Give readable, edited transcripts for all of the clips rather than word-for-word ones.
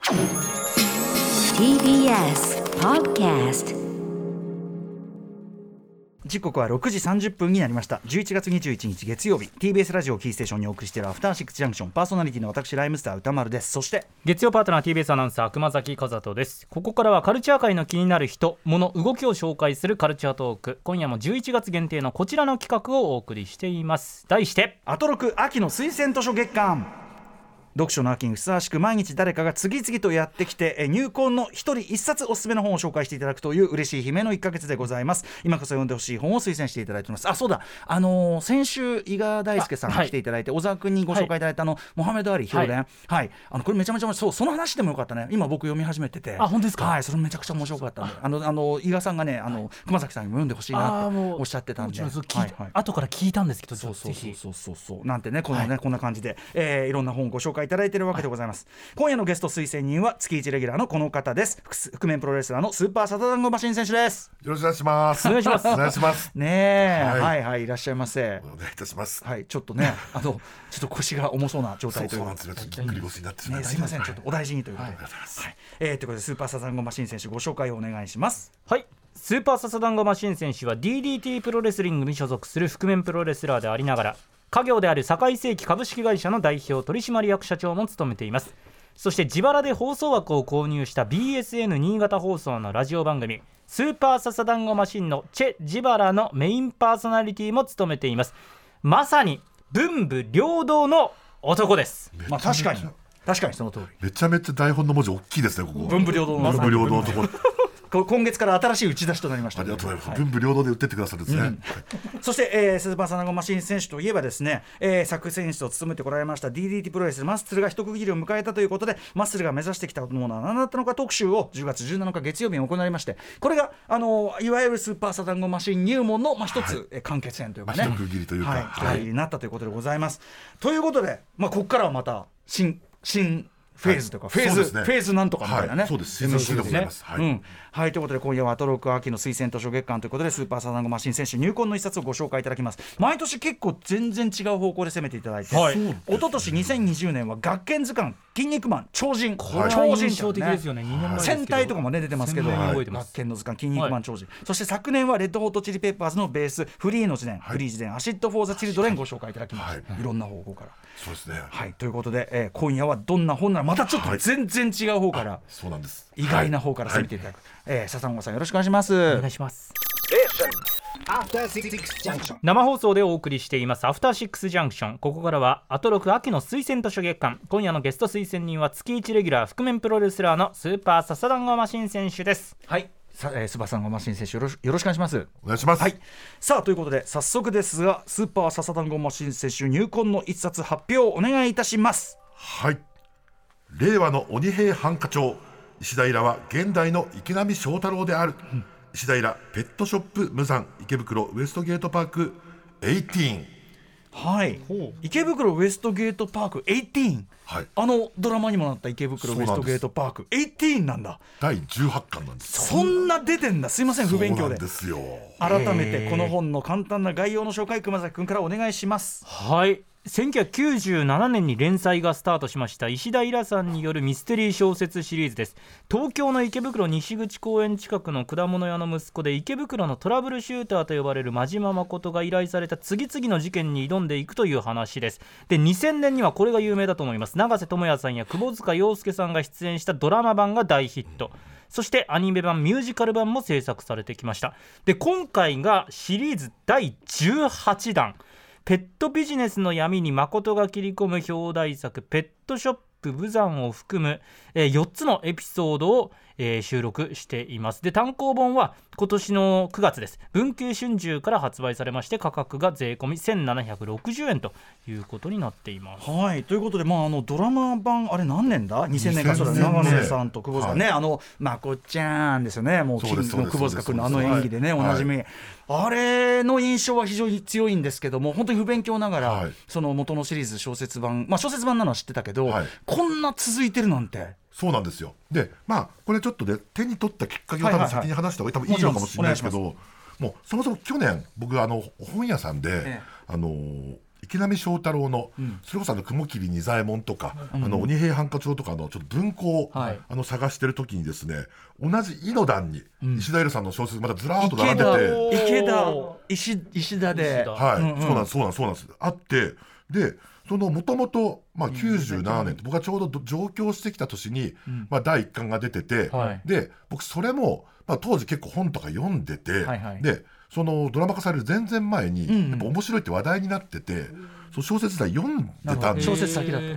TBS Podcast。 時刻は6時30分になりました。11月21日月曜日、 TBS ラジオキーステーションにお送りしているアフターシックスジャンクション、パーソナリティの私ライムスター歌丸です。そして月曜パートナー TBS アナウンサー熊崎和人です。ここからはカルチャー界の気になる人物動きを紹介するカルチャートーク。今夜も11月限定のこちらの企画をお送りしています。題してアトロク秋の推薦図書月間。読書の秋にふさわしく毎日誰かが次々とやってきて入魂の一人一冊おすすめの本を紹介していただくという嬉しい悲鳴の1ヶ月でございます。今こそ読んでほしい本を推薦していただいています。あ、そうだ、先週伊賀大輔さんが来ていただいて、小沢君にご紹介いただいたモハメド・アリ評伝、はいこれめちゃめちゃその話でもよかったね。今僕読み始めてて。 あ、本当ですか。 はい、それめちゃくちゃ面白かったんで、伊賀さんがね熊崎さんにも読んでほしいなっておっしゃってたんで、 後から聞いたんですけど、 そうなんてね、こんな感じで、いろんな本をご紹介いただいているわけでございます。今夜のゲスト推薦人は月1レギュラーのこの方です。覆面プロレスラーのスーパーサタダンゴマシン選手です。 よろしくお願いします。 お願いします。 お願いしますねえ、はいいらっしゃいませ。 お願いいたします。 はい、ちょっとねちょっと腰が重そうな状態という。 そうなんですよ。ちょっとぎっくり腰になってしまいました。 すいません、ちょっとお大事にということで。ということでスーパーサタダンゴマシン選手ご紹介をお願いします。 はい、スーパーササダンゴマシン選手は DDT プロレスリングに所属する覆面プロレスラーでありながら、家業である堺世紀株式会社の代表取締役社長も務めています。そして自腹で放送枠を購入した BSN 新潟放送のラジオ番組スーパーササダンゴマシンのチェ・ジバラのメインパーソナリティも務めています。まさに文武両道の男です。 まあ確かにその通り。 めちゃめちゃ台本の文字大きいですね。ここ文武両道の男今月から新しい打ち出しとなりました。 ありがとうございます。文武両道で売ってってくださるんですね。 そして、スーパーサタダンゴマシン選手といえばですね、作選手を務めてこられました DDT プロレスマッスルが一区切りを迎えたということで、マッスルが目指してきたものは何だったのか特集を10月17日月曜日に行いまして、これがいわゆるスーパーサタダンゴマシン入門の、一つ、完結編というかね、 一区切りというか、 一区切りになったということでございます。ということで、ここからはまた新フェーズとか、フェーズなんとかみたいなね。 そうです。シーズン2でございます。 はい、ということで今夜はアトロク秋の推薦図書月間ということで、スーパーサタダンゴマシン選手入魂の一冊をご紹介いただきます。毎年結構全然違う方向で攻めていただいて、一昨年2020年は学研図鑑筋肉マン超人、 これは印象的ですよね。2年前ですけど戦隊とかもね出てますけど、学研の図鑑筋肉マン超人、そして昨年はレッドホットチリペッパーズのベースフリーの自伝、フリー自伝アシッドフォーザチルドレンご紹介いただきます。いろんな方向から。 そうですね。 はい、ということで、今夜はどんな本ならまたちょっと全然違う方から、 そうなんです。 意外な方から攻めていただく。サタンゴさんよろしくお願いします。 お願いします。生放送でお送りしていますアフターシックスジャンクション。ここからはアトロク秋の推薦図書月間。今夜のゲスト推薦人は月1レギュラー覆面プロレスラーのスーパーササダンゴマシン選手です。 はい、スーパーサタダンゴマシン選手よろしくお願いします。 お願いします。 はい、さあということで早速ですが、スーパーササダンゴマシン選手入魂の一冊発表をお願いいたします。 はい、令和の鬼平犯科帳、石平は現代の池波正太郎である。石平ペットショップ無惨、池袋ウエストゲートパーク18。 はい、池袋ウエストゲートパーク18、 はい、 ドラマにもなった池袋ウエストゲートパーク18なんだ。 第18巻なんです。 そんな出てんだ。すいません不勉強で。 そうなんですよ。 改めてこの本の簡単な概要の紹介、熊崎君からお願いします。 はい、1997年に連載がスタートしました石平さんによるミステリー小説シリーズです。東京の池袋西口公園近くの果物屋の息子で池袋のトラブルシューターと呼ばれる真島誠が依頼された次々の事件に挑んでいくという話です。で、2000年にはこれが有名だと思います。永瀬智也さんや窪塚洋介さんが出演したドラマ版が大ヒット。そしてアニメ版ミュージカル版も制作されてきました。で、今回がシリーズ第18弾、ペットビジネスの闇に誠が切り込む表題作ペットショップ無惨を含む、4つのエピソードを、収録しています。で、単行本は今年の9月です。文系春秋から発売されまして、価格が税込み1760円ということになっています。 はい、ということで、ドラマ版あれ何年だ2000年か。そうだ、永瀬さんと窪塚ね、まこちゃんですよね。もう金の窪塚君の演技でね、おなじみ、あれの印象は非常に強いんですけども、本当に不勉強ながら、その元のシリーズ小説版、小説版なのは知ってたけど、こんな続いてるなんて。 そうなんですよ。で、これちょっとね、手に取ったきっかけを多分先に話した方が多分いいのかもしれないですけど、もうそもそも去年僕本屋さんで、 池波正太郎の、それこそ雲霧仁左衛門とか、鬼平犯科帳とかのちょっと文庫を、探してる時にですね、同じ井の段に石田イラさんの小説またずらーっと並んでて、 池田石田で、 そうなんですあって、でもともと97年って僕がちょうど上京してきた年に、第1巻が出てて、で僕それも、当時結構本とか読んでて、でそのドラマ化される全然前に、やっぱ面白いって話題になってて、その小説自体読んでたんです。 小説先だった、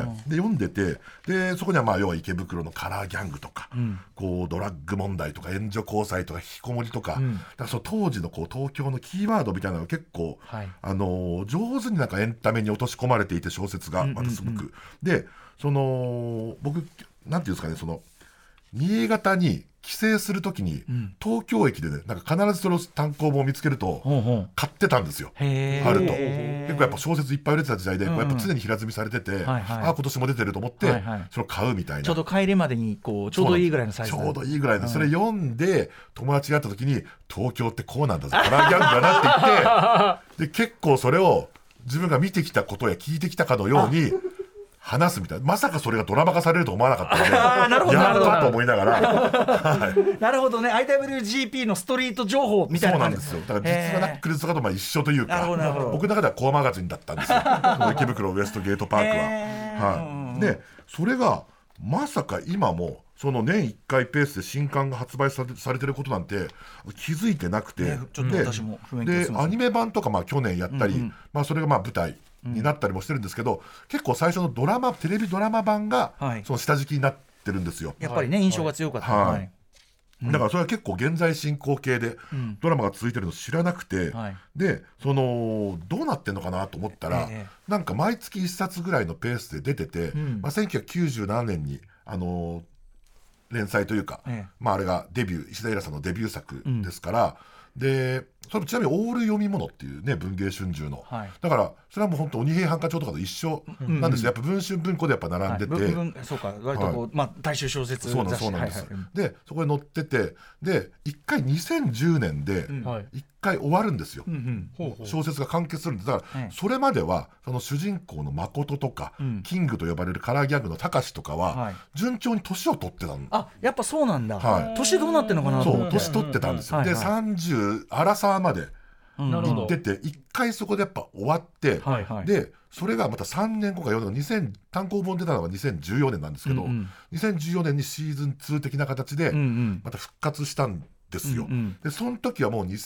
で読んでて、でそこには要は池袋のカラーギャングとか、こうドラッグ問題とか援助交際とか引きこもりとか、だからその当時のこう東京のキーワードみたいなのが結構、上手になんかエンタメに落とし込まれていて、小説がまたすごく、で僕なんていうんですかね、その新潟に帰省するときに、東京駅でね、なんか必ずその単行本を見つけると買ってたんですよ。あると結構やっぱ小説いっぱい売れてた時代で、やっぱ常に平積みされてて、今年も出てると思って、それを買うみたいな、 ちょうど帰りまでにこうちょうどいいぐらいのサイズ、 ちょうどいいぐらいで、それ読んで友達が会った時に、東京ってこうなんだぞ、カラーギャングだなって言ってで結構それを自分が見てきたことや聞いてきたかのように話すみたいな、まさかそれがドラマ化されると思わなかったので、やったと思いながらなるほどね、 IWGP のストリート情報みたいな感じ。 そうなんですよ。だから実はナックルズとかと一緒というか、僕の中ではコアマガジンだったんですよ池袋ウエストゲートパークは、でそれがまさか今もその年1回ペースで新刊が発売されてることなんて気づいてなくて、 ちょっと私も不勉強します。 でアニメ版とか去年やったり、それが舞台になったりもしてるんですけど、結構最初のテレビドラマ版がその下敷きになってるんですよ。 やっぱりね、印象が強かった、 だからそれは結構現在進行形でドラマが続いてるの知らなくて、でどうなってんのかなと思ったら、なんか毎月1冊ぐらいのペースで出てて、1997年に連載というか、あれが石田イラさんのデビュー作ですから、でそれもちなみにオール読み物っていうね、文藝春秋の、だからそれはもう本当鬼平犯科帳とかと一緒なんですよ。やっぱ文春文庫でやっぱ並んでて、 そうか、割とこう、大衆小説そうなんです、でそこに載ってて、で1回2010年で1回終わるんですよ、小説が完結するんです。だから、それまではその主人公の誠とか、キングと呼ばれるカラーギャングの高志とかは、順調に年を取ってたの。 やっぱそうなんだ、年どうなってるのかなと思って。 年取ってたんですよ、で30アラサーまで行ってて、1回そこでやっぱ終わって、でそれがまた3年後か4年後、単行本出たのが2014年なんですけど、2014年にシーズン2的な形でまた復活したんですよ。でその時はもうね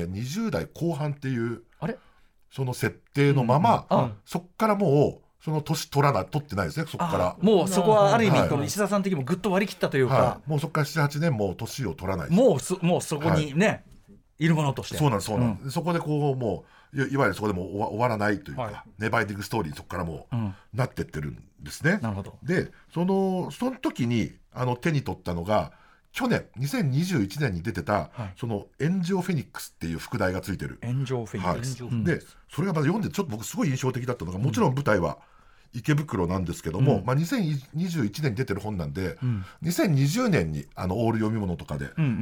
20代後半っていうその設定のまま、そっからもうその年取ってないですね。そこからもうそこはある意味、この石田さん的にもぐっと割り切ったというか、 もうそこから 7,8 年もう年を取らない、 もうそこにね、いるものとして。 そうなんです、そこでこうもういわゆるそこでも終わらないというか、ネバーエンディングストーリーにそこからもうなってってるんですね。 なるほど。 でその時に手に取ったのが、去年2021年に出てた、その炎上フェニックスっていう副題がついてる炎上フェニックス、 でそれがまだ読んでちょっと僕すごい印象的だったのが、もちろん舞台は池袋なんですけども、2021年に出てる本なんで、2020年にオール読み物とかで、年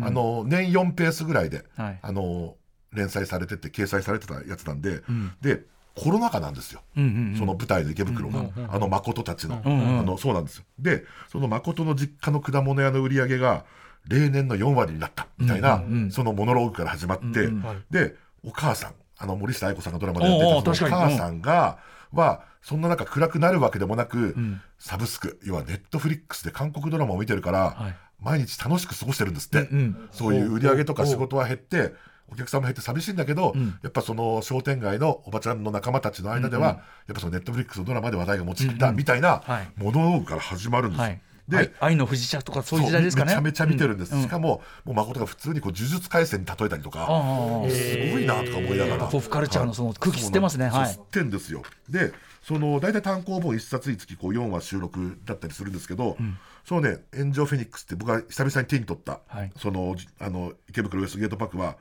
4ペースぐらいで、連載されてて掲載されてたやつなんで、でコロナ禍なんですよ、その舞台の池袋が、誠たちの、そうなんですよ。でその誠の実家の果物屋の売り上げが例年の4割になったみたいな、そのモノローグから始まって、でお母さん森下愛子さんがドラマでやってたそのお母さんがはそんな中暗くなるわけでもなく、サブスク、要はネットフリックスで韓国ドラマを見てるから、毎日楽しく過ごしてるんですって、そういう売り上げとか仕事は減ってお客さんも減って寂しいんだけど、やっぱその商店街のおばちゃんの仲間たちの間では、やっぱそのネットフリックスのドラマで話題が持ちきったみたいなモノローグから始まるんですよ。で愛の不時着とかそういう時代ですかね。 めちゃめちゃ見てるんです、しかももう誠が普通にこう呪術廻戦に例えたりとか、すごいなとか思いながら、 ポップカルチャーのその空気吸ってますね。 吸ってんですよ。でその大体単行本1冊につきこう4話収録だったりするんですけど、そのね炎上フェニックスって僕が久々に手に取った、その池袋ウエストゲートパークは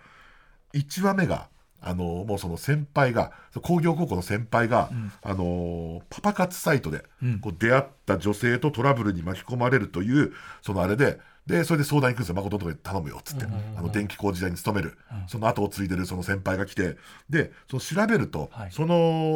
1話目がもうその先輩が工業高校の先輩が、パパ活サイトでこう出会った女性とトラブルに巻き込まれるというそのあれでそれで相談行くんですよ。誠のところに頼むよっつって、電気工事代に勤める、その後を継いでるその先輩が来て、でその調べると、その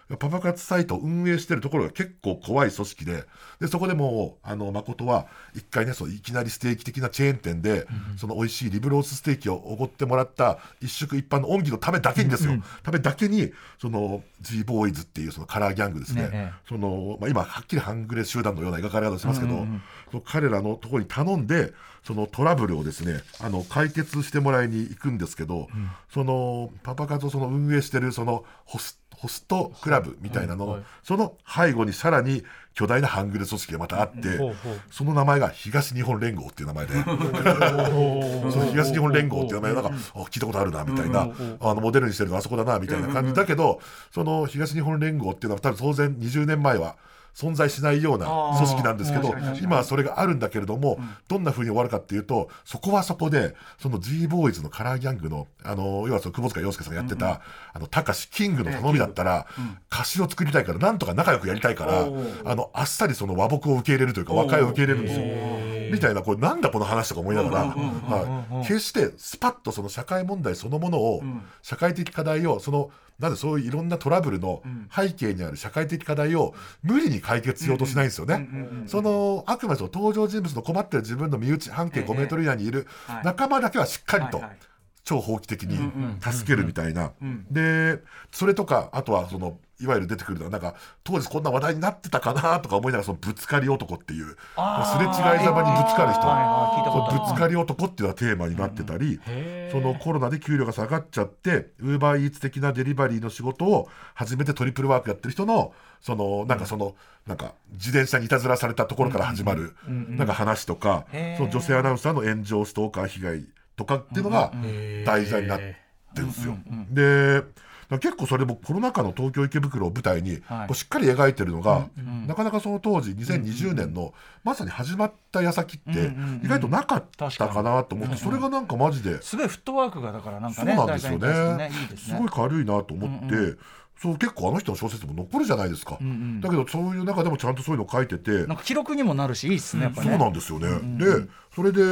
パパ活サイトを運営してるところが結構怖い組織で、そこでもう誠は一回ね、いきなりステーキ的なチェーン店で、その美味しいリブロースステーキをおごってもらった一食一般の恩義のためだけにですよ、ためだけにその G ボーイズっていうそのカラーギャングですね、今はっきり半グレ集団のような描かれ方をしますけど、その彼らのところに頼んでそのトラブルをですね解決してもらいに行くんですけど、そのパパ活をその運営してるそのホストクラブみたいなの、その背後にさらに巨大な半グレ組織がまたあって、その名前が東日本連合っていう名前でその東日本連合っていう名前なんか聞いたことあるなみたいな、モデルにしてるのあそこだなみたいな感じだけど、その東日本連合っていうのは多分当然20年前は存在しないような組織なんですけど、今はそれがあるんだけれども、どんな風に終わるかっていうと、そこはそこでその G ボーイズのカラーギャングの要はその窪塚洋介さんがやってたたかしキングの頼みだったら歌詞を作りたいからなんとか仲良くやりたいからあっさりその和睦を受け入れるというか和解を受け入れるんですよみたいな、これなんだこの話とか思いながら、決してスパッとその社会問題そのものを、社会的課題をなんでそういういろんなトラブルの背景にある社会的課題を無理に解決しようとしないんですよね。あくまでその登場人物の困ってる自分の身内半径5メートル以内にいる仲間だけはしっかりと超法規的に助けるみたいな。でそれとかあとはそのいわゆる出てくるのはなんか当時こんな話題になってたかなとか思いながら、そのぶつかり男っていうすれ違いざまにぶつかる人、ぶつかり男っていうのはテーマになってたり、そのコロナで給料が下がっちゃってウーバーイーツ的なデリバリーの仕事を初めてトリプルワークやってる人のなんか自転車にいたずらされたところから始まるなんか話とか、その女性アナウンサーの炎上ストーカー被害とかっていうのが題材になってるんですよ。で結構それもコロナ禍の東京池袋を舞台にしっかり描いてるのが、なかなかその当時2020年のまさに始まった矢先って意外となかったかなと思って、それがなんかマジですごいフットワークがだからなんかね、 そうなんですよね、すごい軽いなと思って、結構あの人の小説も残るじゃないですか、だけどそういう中でもちゃんとそういうの書いてて、 なんか記録にもなるしいいっすね、やっぱね。 そうなんですよね。でそれで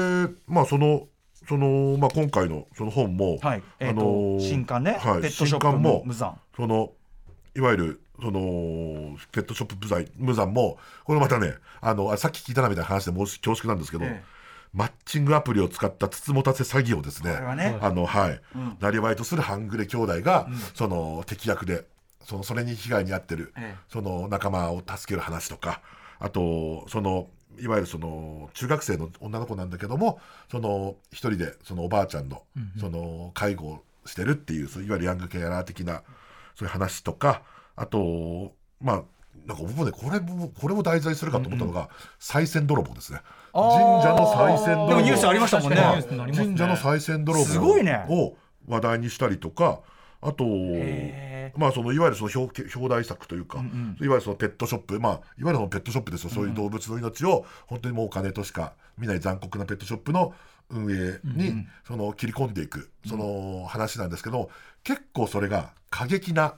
今回のその本も、 新刊ね、ペットショップの無残、 いわゆるペットショップ無残もこれまたねさっき聞いたなみたいな話で恐縮なんですけど、マッチングアプリを使ったつつもたせ詐欺をですね、なりわいとする半グレ兄弟が、敵役でそれに被害に遭ってる、その仲間を助ける話とか、あといわゆる中学生の女の子なんだけども一人でおばあちゃんの介護をしてるっていう、いわゆるヤングケアラー的なそういう話とか、あとなんか僕もねこれも題材するかと思ったのが賽銭泥棒ですね。神社の賽銭泥棒、 でもニュースありましたもんね。 神社の賽銭泥棒を話題にしたりとか、あといわゆる表題作というか、いわゆるペットショップ、いわゆるペットショップですよ、そういう動物の命を本当にもうお金としか見ない残酷なペットショップの運営に切り込んでいく話なんですけど、結構それが過激な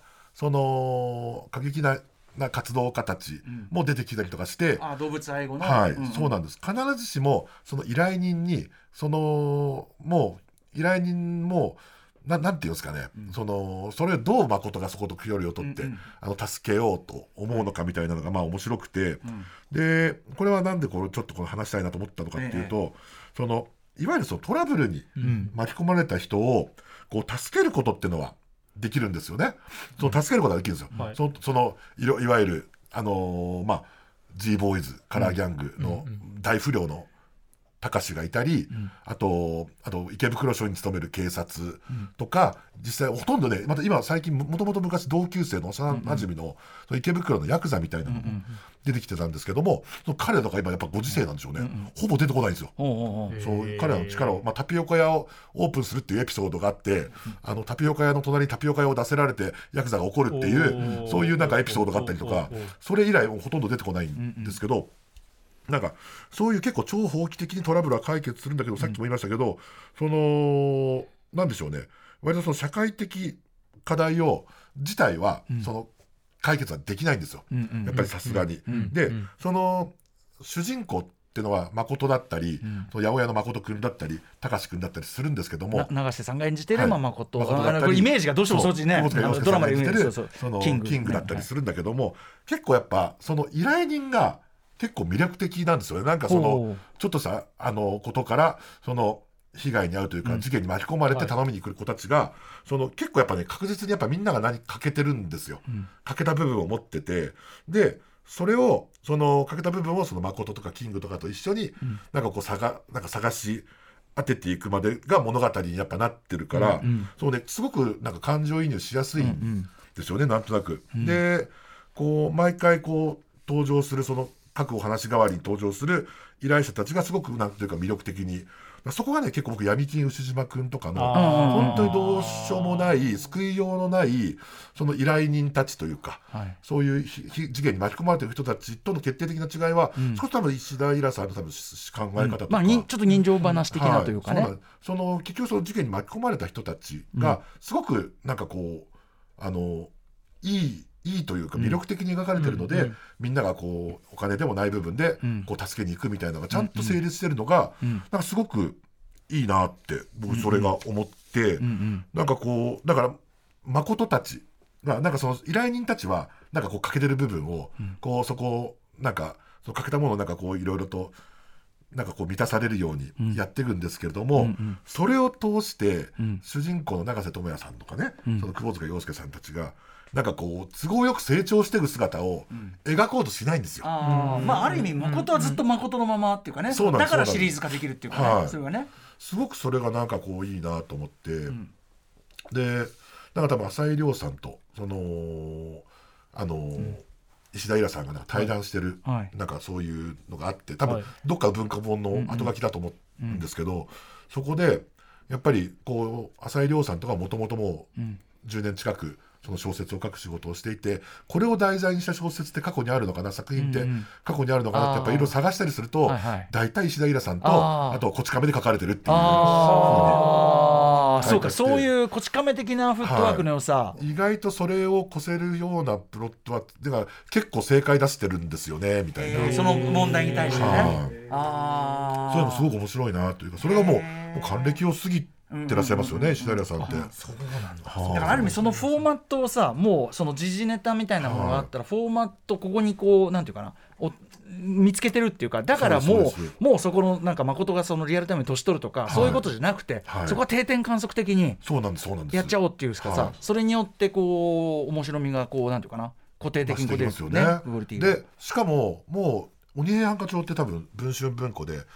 活動家たちも出てきたりとかして、 動物愛護の、 そうなんです。必ずしも依頼人に依頼人もなんていうんですかね、それをどう誠がそこと距離を取って、助けようと思うのかみたいなのが面白くて、でこれはなんでちょっと話したいなと思ったのかっていうと、いわゆるトラブルに巻き込まれた人を助けることっていうのはできるんですよね。助けることができるんですよ。いわゆるG ボーイズカラーギャングの大不良のたかしがいたり、あと池袋署に勤める警察とか、実際ほとんどね、また今最近もともと昔同級生の幼馴染の池袋のヤクザみたいなのも出てきてたんですけども、彼らとか今やっぱご時世なんでしょうね、ほぼ出てこないんですよ。彼らの力を、タピオカ屋をオープンするっていうエピソードがあって、タピオカ屋の隣にタピオカ屋を出せられてヤクザが怒るっていう、そういうなんかエピソードがあったりとか、それ以来ほとんど出てこないんですけど、なんかそういう結構超法規的にトラブルは解決するんだけど、さっきも言いましたけど、なんでしょうね、割と社会的課題自体は解決はできないんですよ、やっぱりさすがに。で主人公っっていうのは誠だったり、八百屋の誠くんだったり高志くんだったりするんですけども、 永瀬さんが演じてる誠、 誠だったりイメージがどうしてもそっちね、ドラマで演じてるそのキングだったりするんだけども、結構やっぱその依頼人が結構魅力的なんですよね。なんかそのちょっとさことからその被害に遭うというか、事件に巻き込まれて頼みに来る子たちが、その結構やっぱね確実にやっぱみんなが欠けてるんですよ、欠けた部分を持ってて、でそれをその欠けた部分をその誠とかキングとかと一緒になんかこう探し当てていくまでが物語にやっぱなってるから、そうねすごくなんか感情移入しやすいんですよね、なんとなく。でこう毎回こう登場するその各お話代わりに登場する依頼者たちがすごくなんていうか魅力的に、そこがね結構僕闇金牛島くんとかの本当にどうしようもない救いようのないその依頼人たちというか、そういう事件に巻き込まれている人たちとの決定的な違いは、少し多分石田イラさんの多分考え方とか、 ちょっと人情話的なというかね、 その結局その事件に巻き込まれた人たちがすごくなんかこういいというか魅力的に描かれてるので、みんながこうお金でもない部分でこう助けに行くみたいなのがちゃんと成立してるのが、なんかすごくいいなって僕それが思って、なんかこうだから誠たちがなんかその依頼人たちはなんかこう欠けてる部分をこうそこをなんかその欠けたものをなんかこういろいろとなんかこう満たされるようにやっていくんですけれども、それを通して主人公の永瀬智也さんとかね、その窪塚洋介さんたちがなんかこう都合よく成長していく姿を描こうとしないんですよ。 ある意味誠はずっと誠のままっていうかね、だからシリーズ化できるっていうかね、それはねすごくそれがなんかこういいなと思って、でなんか多分浅井亮さんとその石田イラさんがなんか対談してる、なんかそういうのがあって、多分どっか文化本の後書きだと思うんですけど、そこでやっぱりこう浅井亮さんとかもともともう10年近くその小説を書く仕事をしていて、これを題材にした小説って過去にあるのかな、作品って過去にあるのかなってやっぱりいろいろ探したりすると、大体石田イラさんとあとこち亀で書かれてるっていう、 そうか、そういうこち亀的なフットワークの良さ、 意外とそれを越せるようなプロットはだから結構正解出してるんですよねみたいな、 その問題に対してね、 そういうのすごく面白いなというか、それがもう還暦を過ぎてらっしゃいますよね、石田イラさんって。 そうなんだ。だからある意味そのフォーマットをさ、もうその時事ネタみたいなものがあったら、フォーマットここにこうなんていうかな、見つけてるっていうか、だからもうそこのなんか誠がそのリアルタイムに年取るとか、そういうことじゃなくて、そこは定点観測的にやっちゃおうっていうかさ、それによってこう面白みがこうなんていうかな、固定的に出るよね。 でしかももう鬼平犯科帳って多分文春文庫で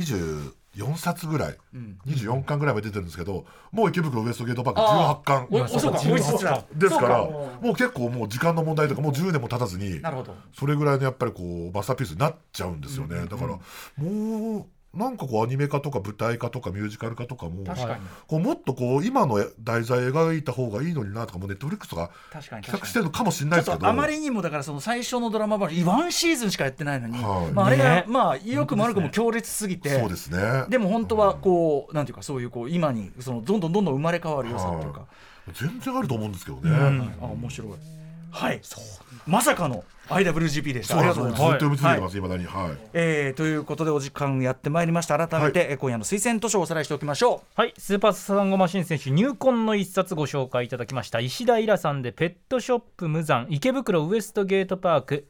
24冊ぐらい、24巻ぐらいまで出てるんですけど、もう池袋ウエストゲートパーク18巻ですから、もう結構もう時間の問題とかもう10年も経たずに、それぐらいのやっぱりこうマスターピースになっちゃうんですよね。だからもうなんかこうアニメ化とか舞台化とかミュージカル化とかもこうもっとこう今の題材描いた方がいいのになとかもネットフリックスとか企画してるのかもしれないですけど、 あまりにもだからその最初のドラマ版1シーズンしかやってないのに、あれがまあ良くも悪くも強烈すぎて、 そうですね。 でも本当はこうなんていうか、そういうこう今にそのどんどん生まれ変わる良さっていうか、 全然あると思うんですけどね。 面白い。はい、まさかの IWGP でした。 ありがとうございます。ずっと読み続けてます、未だに。 ということでお時間やってまいりました。改めて、今夜の推薦図書をおさらいしておきましょう。 はい、スーパーサザンゴマシン選手入魂の一冊ご紹介いただきました。石田イラさんでペットショップ無惨、池袋ウエストゲートパーク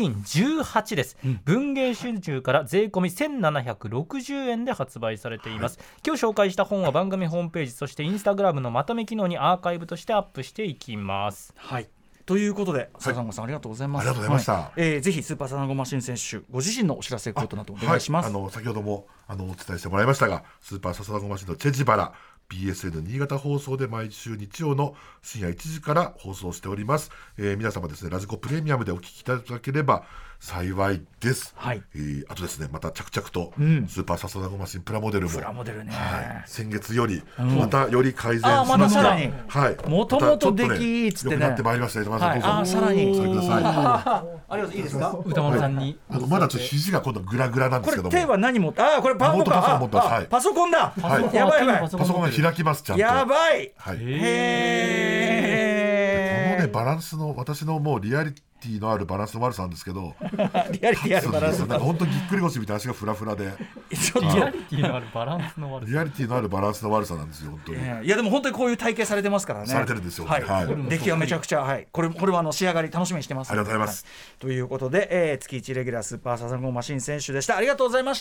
18です、文芸春秋から税込み1760円で発売されています。今日紹介した本は番組ホームページ、そしてインスタグラムのまとめ機能にアーカイブとしてアップしていきます。 はい、ということで、サザンゴさんありがとうございます。 ありがとうございました。 ぜひスーパーサザンゴマシン選手ご自身のお知らせことなどお願いします。 先ほどもお伝えしてもらいましたが、スーパーサザンゴマシンのチェジバラ BSN 新潟放送で毎週日曜の深夜1時から放送しております。皆様ですね、ラジコプレミアムでお聞きいただければ幸いです。あとですね、また着々とスーパーサザンゴマシンプラモデルも、先月よりまたより改善しました。 またさらに、もともとできいいっつってね、 良くなってまいりました。どうぞさらにお伝えください。 ありがとう。いいですか、 歌丸さんに。 まだちょっと肘が今度グラグラなんですけども、 これ手は何持って、これパソコンだ。やばいパソコンが開きます。ちゃんとやばい。 このねバランスの私のもうリアリティのあるバランスの悪さなんですけどリアリティあるバランスなんか本当ぎっくり腰みたいな足がフラフラでちょっリアリティのあるバランスの悪さ、 リアリティのあるバランスの悪さなんですよ本当に、 いやでも本当にこういう体型されてますからね。 されてるんですよ、 はいはい、 出来はめちゃくちゃ、はい、これは仕上がり楽しみにしてます。 ありがとうございます、 はい、ということで、月1レギュラースーパーサザンゴマシン選手でした。ありがとうございました。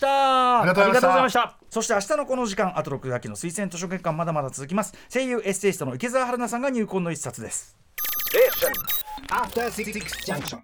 ありがとうございました。 そして明日のこの時間、アトロク秋の推薦図書月間まだまだ続きます。声優エッセイストの池澤春菜さんが入魂の一冊です。 After 66 junction.